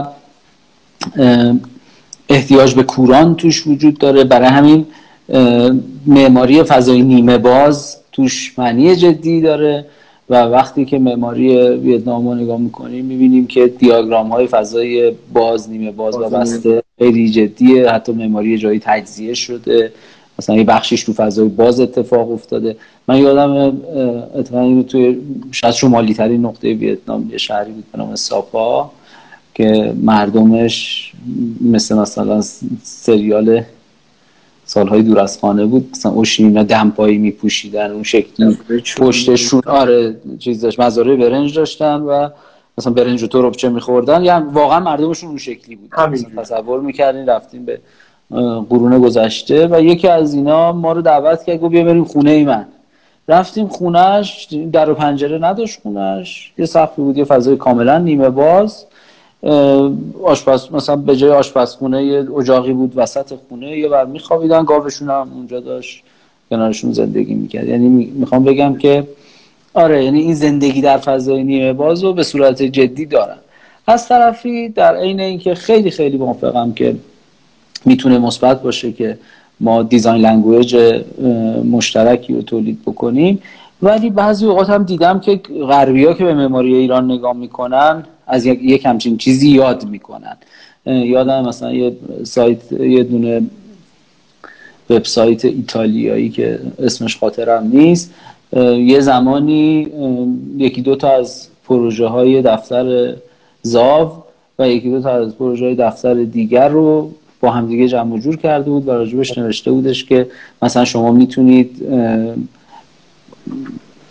احتیاج به کوران توش وجود داره. برای همین معماری فضای نیمه باز توش معنی جدی داره و وقتی که معماری ویتنام رو نگاه میکنیم میبینیم که دیاگرام های فضای باز، نیمه باز و بسته خیلی جدیه. حتی معماری جایی تجزیه شده، مثلا یه بخشیش تو فضای باز اتفاق افتاده. من یادم اتفاقا توی شاید شمالی ترین نقطه ویتنام یه شهری بود به نام ساپا که مردمش مثلا سریال سالهای دور از خانه بود، مثلا اوشینا دمپایی میپوشیدن اون شکلی پشتشون، آره چیز داشت، مزارع برنج داشتن و مثلا برنج و تربچه میخوردن، یعنی واقعا مردمشون اون شکلی بود. مثلا تصور میکردین رفتیم به قرون گذشته و یکی از اینا ما رو دعوت کرد گفت بیا بریم خونه من. رفتیم خونهش، در و پنجره نداشت خونهش، یه سقفی بود، یه فضای کاملا نیمه باز. آشپز مثلا به جای آشپزخونه یه اجاقی بود وسط خونه، یه بر میخوابیدن، گاوشون هم اونجا داشت کنارشون زندگی میکرد. یعنی میخوام بگم که آره، یعنی این زندگی در فضای نیمه باز رو به صورت جدی دارن. از طرفی در عین اینکه خیلی خیلی موافقم که میتونه مثبت باشه که ما دیزاین لنگویج مشترکی رو تولید بکنیم، ولی بعضی اوقات هم دیدم که غربی‌ها که به معماری ایران نگاه میکنن از یک همچین چیزی یاد میکنن. یادم مثلا یه دونه وبسایت ایتالیایی که اسمش خاطرم نیست، یه زمانی 1-2 تا از پروژه های دفتر زاو و 1-2 تا از پروژه های دفتر دیگر رو با همدیگه جمع و جور کرده بود و راجبش نوشته بودش که مثلا شما میتونید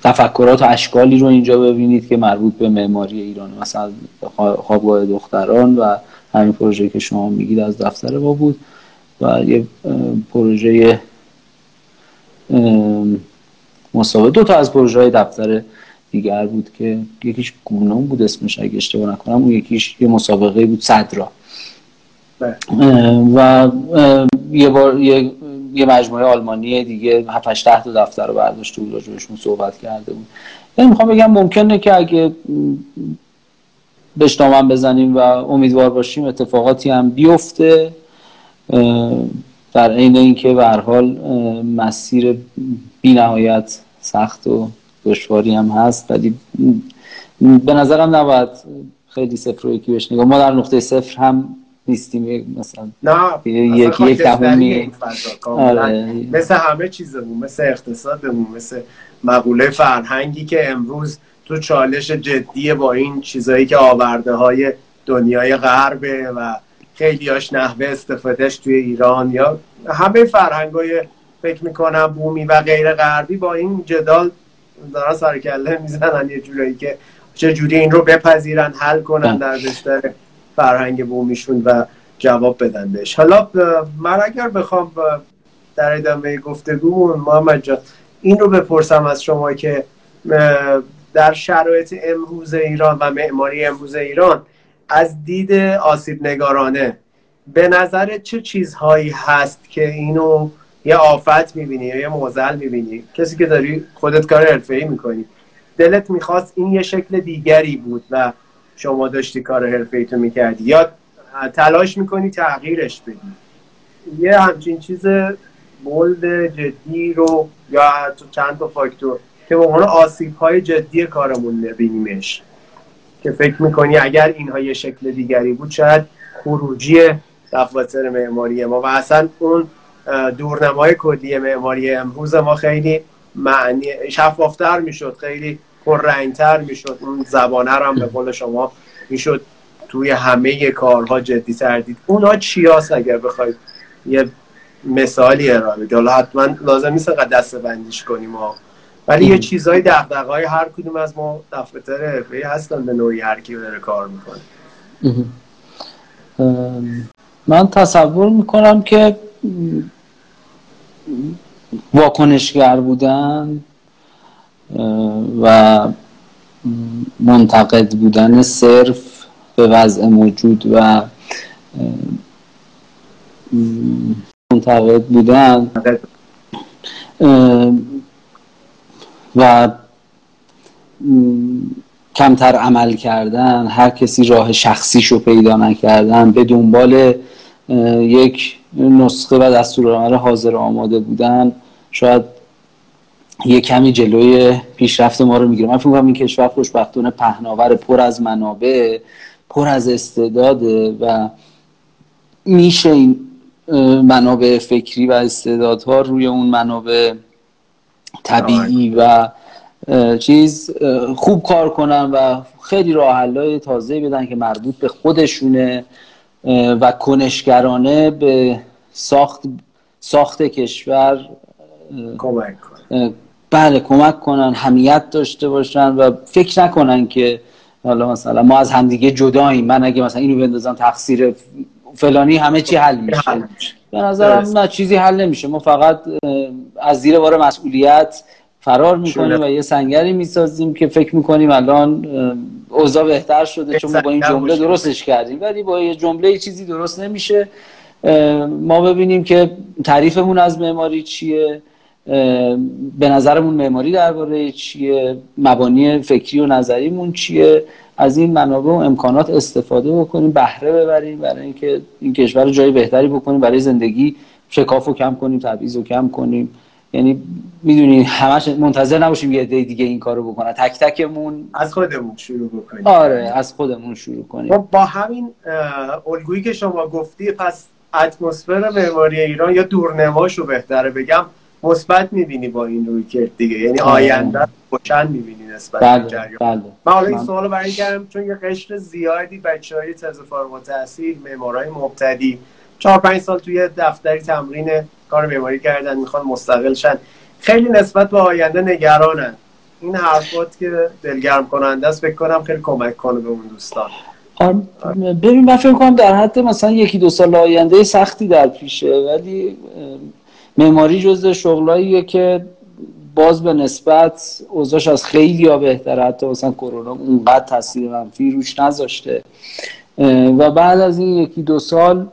تفکرات و اشکالی رو اینجا ببینید که مربوط به معماری ایران، مثلا خوابگاه دختران و همین پروژه که شما میگید از دفتر ما بود و یه پروژه مسابقه، 2 تا از پروژه های دفتر دیگر بود که یکیش گونم بود اسمش اگه اشتباه نکنم، اون یکیش یه مسابقه بود صدرا و یه بار یه مجموعه آلمانی دیگه 7-8 تا دفتر رو برداشته بود راجبشون صحبت کرده بود. یعنی میخوام بگم ممکنه که اگه بشنامن بزنیم و امیدوار باشیم اتفاقاتی هم بیفته، در عین اینکه به هر حال مسیر بی‌نهایت سخت و دشواری هم هست، ولی به نظرم نباید خیلی 0 و 1 بهش نگاه. ما در نقطه 0 هم نیستیم، مثلا یک دهمی مثل همه چیزمون، مثل اقتصادمون، مثل مقوله فرهنگی که امروز تو چالش جدیه با این چیزایی که آورده های دنیای غربه و خیلیاش نحوه استفادهش توی ایران، یا همه فرهنگای فکر میکنم بومی و غیر غربی با این جدال دارن سرکله میزنن یه جورایی که چجوری این رو بپذیرن، حل کنن در بیشتر فرهنگ بومیشون و جواب بدن بهش. حالا من اگر بخوام در ادامه گفتگومون محمد جان این رو بپرسم از شما که در شرایط امروز ایران و معماری امروز ایران از دید آسیب نگارانه به نظر چه چیزهایی هست که اینو یه آفت میبینی یا یه معضل میبینی؟ کسی که داری خودت کار حرفه‌ای میکنی، دلت میخواست این یه شکل دیگری بود و شما داشتی کار حرفه‌ای تو میکردی، یا تلاش میکنی تغییرش بدی؟ یه همچین چیز بولد جدی رو یا تو چند تا فاکتور که به عنوان آسیب‌های جدی کارمون ببینیمش، که فکر میکنی اگر اینها یه شکل دیگری بود شاید خروجی دفاتر معماری ما و اصلا اون دورنمای کلی معماری امروز ما خیلی معنی شفافتر میشد، خیلی پررنگتر میشد، اون زبانه رو هم به قول شما میشد توی همه کارها جدی تر دید. اونها چی هست اگر بخواید یه مثالی ارائه بدید؟ حالا حتما لازم نیست قد دسته بندیش کنیم ولی یه چیزای دغدغه‌های هر کدوم از ما دفتر حرفه‌ای هستن به نوعی هر کی داره کار میکنه. من تصور میکنم که واکنشگر بودن و منتقد بودن صرف به وضع موجود و منتقد بودن و کمتر عمل کردن، هر کسی راه شخصیشو پیدا نکردن، به دنبال یک نسخه و دستورالعمل حاضر آماده بودن، شاید یه کمی جلوی پیشرفت ما رو میگیره. من فکر می‌کنم این کشور خوشبختانه پهناور، پر از منابع، پر از استعداده و میشه این منابع فکری و استعدادها روی اون منابع طبیعی و چیز خوب کار کنن و خیلی راه حل‌های تازه‌ای بدن که مربوط به خودشونه و کنشگرانه به ساخت کشور کمک کنن. بله کمک کنن، حمیت داشته باشن و فکر نکنن که حالا مثلا ما از همدیگه جداییم، من اگه مثلا اینو بندازم تقصیر فلانی همه چی حل میشه. به نظرم نه، چیزی حل نمیشه. ما فقط از زیر بار مسئولیت فرار میکنیم و یه سنگری میسازیم که فکر میکنیم الان اوضاع بهتر شده چون ما با این جمله درستش کردیم، ولی با یه جمله چیزی درست نمیشه. ما ببینیم که تعریفمون از معماری چیه، به نظرمون معماری درباره چیه، مبانی فکری و نظریمون چیه، از این منابع و امکانات استفاده بکنیم، بهره ببریم برای اینکه این کشور رو جای بهتری بکنیم برای زندگی، شکافو کم کنیم، تبعیضو کم کنیم. یعنی میدونی همش منتظر نباشیم یه عده دیگه این کارو بکنن، تک تکمون از خودمون شروع بکنیم. آره از خودمون شروع کنیم. با همین الگویی که شما گفتی، پس اتمسفر معماری ایران یا دورنماشو بهتره بگم مثبت می‌بینی با این رویکرد دیگه، یعنی آینده روشن می‌بینی نسبت به جریان. بله. من حالا این سوالو برای کردم چون یه قشر زیادی بچه‌های تازه فارغ التحصیل، معمارای مبتدی 4-5 سال توی دفتری تمرین کار معماری کردن، میخوان مستقل شن، خیلی نسبت به آینده نگرانن. این حرفات که دلگرم کننده است فکر کنم خیلی کمک کنه به اون دوستان. ببین من فکر کنم در حد مثلا 1-2 سال آینده سختی در پیشه، ولی معماری جزء شغلاییه که باز به نسبت اوضاعش از خیلی ها بهتره، حتی مثلا کرونا اونقدر تاثیر منفی روش نذاشته و بعد از این 1-2 سال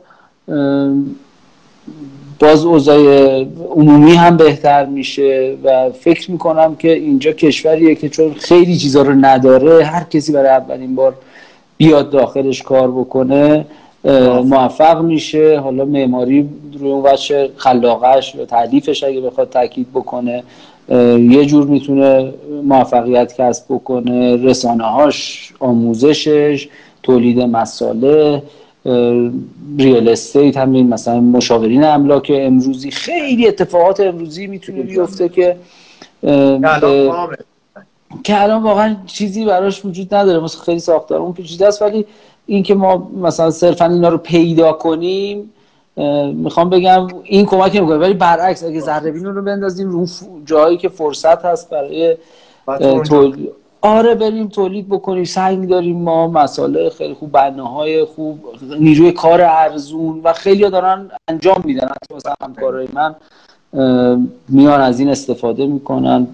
باز اوضاع عمومی هم بهتر میشه و فکر میکنم که اینجا کشوریه که چون خیلی چیزا رو نداره، هر کسی برای اولین بار بیاد داخلش کار بکنه موفق میشه. حالا معماری روی اون وجه خلاقش و تالیفش اگه بخواد تاکید بکنه یه جور میتونه موفقیت کسب بکنه، رسانه‌هاش، آموزشش، تولید مساله، ریال استیت، همین مثلا مشاورین املاک امروزی، خیلی اتفاقات امروزی میتونه بیفته که الان واقعا چیزی براش وجود نداره، مثلا خیلی ساختارمون پیچیده است، ولی این که ما مثلا صرفا اینا رو پیدا کنیم میخوام بگم این کمک نمیکنه، ولی برعکس اگه ذره‌بین رو بندازیم رو جایی که فرصت هست برای بریم تولید بکنیم، سنگ داریم ما، مساله خیلی خوب، بناهای خوب، نیروی کار ارزون و خیلی ها دارن انجام میدن، حتی مثلا همکارای من میان از این استفاده میکنن.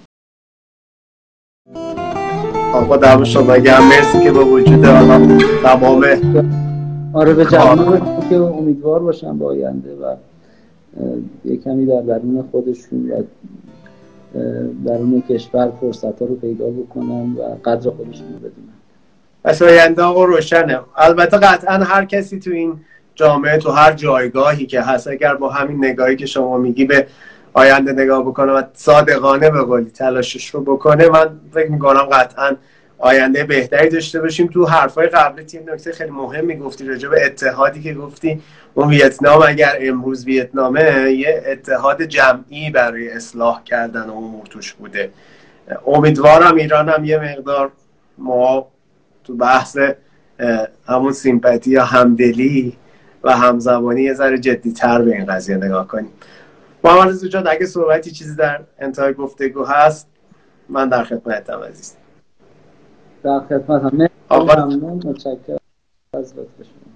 آقا دم شما گرم، مرسی که با وجود تمام به جوانان که امیدوار باشن به آینده و یه کمی در درون خودشون و درون کشور فرصت‌ها رو پیدا بکنن و قدر خودشون رو بدونن. پس آینده آقا روشنه. البته قطعا هر کسی تو این جامعه تو هر جایگاهی که هست اگر با همین نگاهی که شما میگی به آینده نگاه بکنه و صادقانه به قولی تلاشش رو بکنه، من فکر میکنم قطعا آینده بهتری داشته باشیم. تو حرفای قبلیت یه نکته خیلی مهمی گفتی راجع به اتحادی که گفتی، اون ویتنام اگر امروز ویتنامه یه اتحاد جمعی برای اصلاح کردن امور توش بوده. امیدوارم ایران هم یه مقدار ما تو بحث همون سیمپاتی یا همدلی و همزبانی یه ذره جدی‌تر به این قضیه نگاه کنیم. محمد رضا جان اگه صحبتی چیزی در انتهای گفتگو هست من در خدمتم عزیز. در خدمتم. ممنون، متشکرم از لطف شما.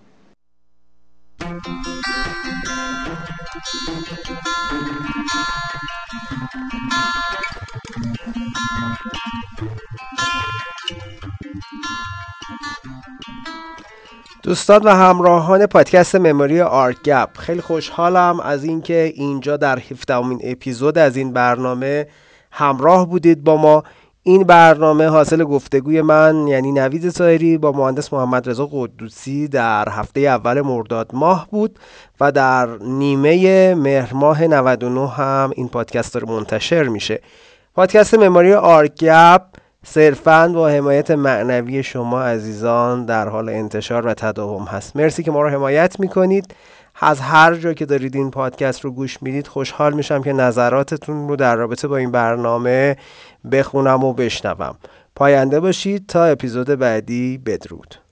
دوستان و همراهان پادکست مموری آرت گپ، خیلی خوشحالم از اینکه اینجا در 17مین اپیزود از این برنامه همراه بودید با ما. این برنامه حاصل گفتگوی من یعنی نوید طاهری با مهندس محمد رضا قدوسی در هفته اول مرداد ماه بود و در نیمه مهر ماه 99 هم این پادکست رو منتشر میشه. پادکست مموری آرت گپ صرفاً با حمایت معنوی شما عزیزان در حال انتشار و تداوم هست. مرسی که ما رو حمایت میکنید. از هر جا که دارید این پادکست رو گوش میدید خوشحال میشم که نظراتتون رو در رابطه با این برنامه بخونم و بشنوم. پاینده باشید تا اپیزود بعدی. بدرود.